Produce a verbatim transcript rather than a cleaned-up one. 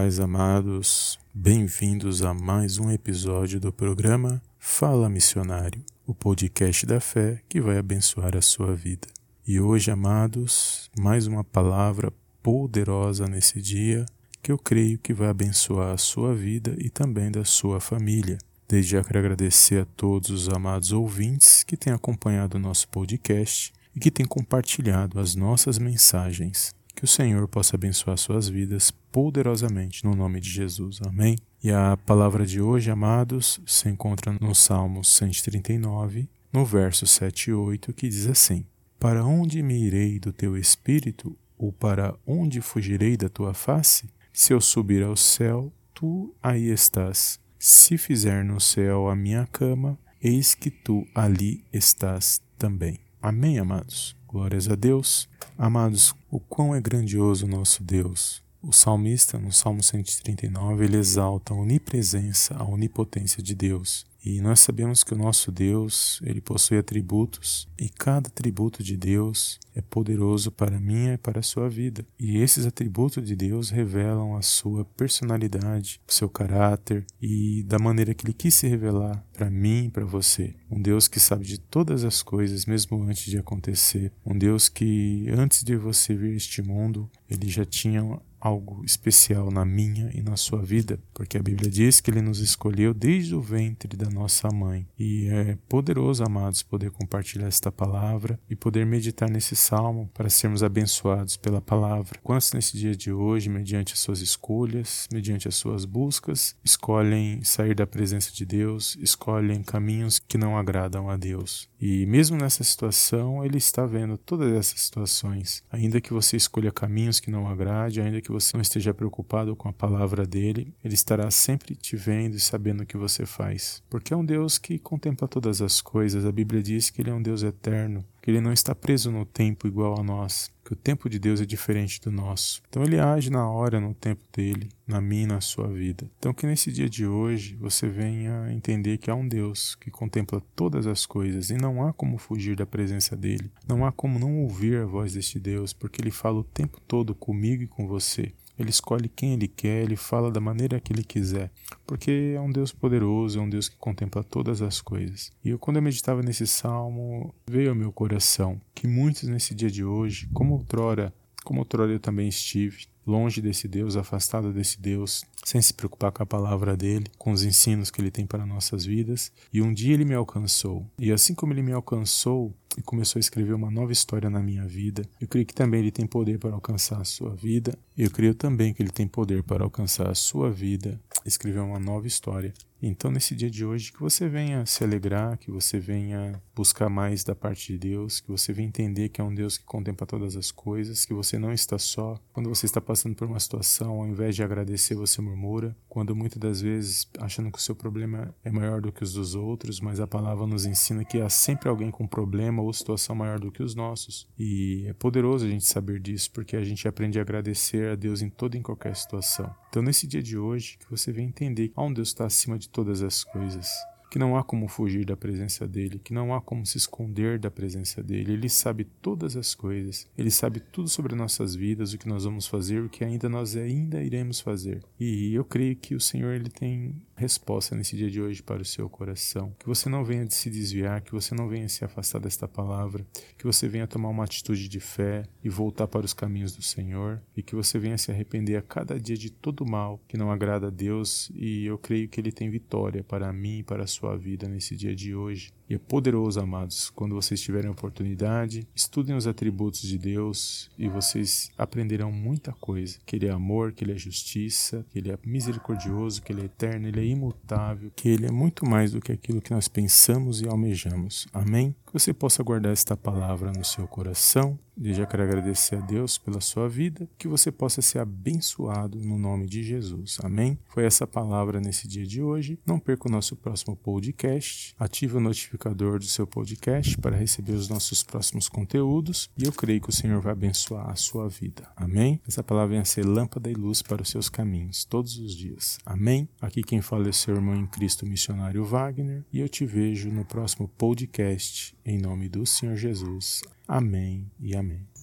paz, amados. Bem-vindos a mais um episódio do programa Fala Missionário, o podcast da fé que vai abençoar a sua vida. E hoje, amados, mais uma palavra poderosa nesse dia que eu creio que vai abençoar a sua vida e também da sua família. Desde já quero agradecer a todos os amados ouvintes que têm acompanhado o nosso podcast e que têm compartilhado as nossas mensagens. Que o Senhor possa abençoar suas vidas poderosamente no nome de Jesus. Amém? E a palavra de hoje, amados, se encontra no Salmo cento e trinta e nove, no verso sete e oito, que diz assim: Para onde me irei do teu espírito, ou para onde fugirei da tua face? Se eu subir ao céu, tu aí estás. Se fizer no céu a minha cama, eis que tu ali estás também. Amém, amados? Glórias a Deus. Amados, o quão é grandioso o nosso Deus. O salmista, no Salmo cento e trinta e nove, ele exalta a onipresença, a onipotência de Deus. E nós sabemos que o nosso Deus, ele possui atributos, e cada atributo de Deus é poderoso para a minha e para a sua vida. E esses atributos de Deus revelam a sua personalidade, o seu caráter e da maneira que ele quis se revelar para mim e para você. Um Deus que sabe de todas as coisas, mesmo antes de acontecer. Um Deus que, antes de você vir a este mundo, ele já tinha algo especial na minha e na sua vida, porque a Bíblia diz que ele nos escolheu desde o ventre da nossa mãe. E é poderoso, amados, poder compartilhar esta palavra e poder meditar nesse salmo para sermos abençoados pela palavra. Quantos nesse dia de hoje, mediante as suas escolhas, mediante as suas buscas, escolhem sair da presença de Deus, escolhem caminhos que não agradam a Deus. E mesmo nessa situação, ele está vendo todas essas situações. Ainda que você escolha caminhos que não agrade, ainda que você não esteja preocupado com a palavra dele, ele estará sempre te vendo e sabendo o que você faz. Porque é um Deus que contempla todas as coisas. A Bíblia diz que ele é um Deus eterno, que ele não está preso no tempo igual a nós, que o tempo de Deus é diferente do nosso. Então ele age na hora, no tempo dele, na minha e na sua vida. Então que nesse dia de hoje você venha entender que há um Deus que contempla todas as coisas e não há como fugir da presença dele. Não há como não ouvir a voz deste Deus, porque ele fala o tempo todo comigo e com você. Ele escolhe quem ele quer, ele fala da maneira que ele quiser, porque é um Deus poderoso, é um Deus que contempla todas as coisas. E eu, quando eu meditava nesse salmo, veio ao meu coração que muitos nesse dia de hoje, como outrora, como outrora eu também estive, longe desse Deus, afastado desse Deus, sem se preocupar com a palavra dele, com os ensinos que ele tem para nossas vidas. E um dia ele me alcançou. E assim como ele me alcançou e começou a escrever uma nova história na minha vida, eu creio que também ele tem poder para alcançar a sua vida. Eu creio também que ele tem poder para alcançar a sua vida, escrever uma nova história. Então, nesse dia de hoje, que você venha se alegrar, que você venha buscar mais da parte de Deus, que você venha entender que é um Deus que contempla todas as coisas, que você não está só. Quando você está passando por uma situação, ao invés de agradecer, você murmura. Quando muitas das vezes, achando que o seu problema é maior do que os dos outros, mas a palavra nos ensina que há sempre alguém com problema ou situação maior do que os nossos. E é poderoso a gente saber disso, porque a gente aprende a agradecer a Deus em toda e em qualquer situação. Então, nesse dia de hoje, que você venha entender que há um Deus que está acima de todas as coisas, que não há como fugir da presença dele, que não há como se esconder da presença dele. Ele sabe todas as coisas, ele sabe tudo sobre nossas vidas, o que nós vamos fazer, o que ainda nós ainda iremos fazer. E eu creio que o Senhor ele tem resposta nesse dia de hoje para o seu coração. Que você não venha se desviar, que você não venha se afastar desta palavra, que você venha tomar uma atitude de fé e voltar para os caminhos do Senhor, e que você venha se arrepender a cada dia de todo o mal que não agrada a Deus. E eu creio que ele tem vitória para mim e para a sua vida nesse dia de hoje. E é poderoso, amados, quando vocês tiverem a oportunidade, estudem os atributos de Deus e vocês aprenderão muita coisa. Que ele é amor, que ele é justiça, que ele é misericordioso, que ele é eterno, ele é imutável, que ele é muito mais do que aquilo que nós pensamos e almejamos. Amém? Que você possa guardar esta palavra no seu coração. Eu já quero agradecer a Deus pela sua vida, que você possa ser abençoado no nome de Jesus. Amém? Foi essa palavra nesse dia de hoje. Não perca o nosso próximo podcast. Ative o notificador do seu podcast para receber os nossos próximos conteúdos. E eu creio que o Senhor vai abençoar a sua vida. Amém? Essa palavra venha ser lâmpada e luz para os seus caminhos todos os dias. Amém? Aqui quem fala é seu irmão em Cristo, missionário Wagner. E eu te vejo no próximo podcast. Em nome do Senhor Jesus. Amém e amém.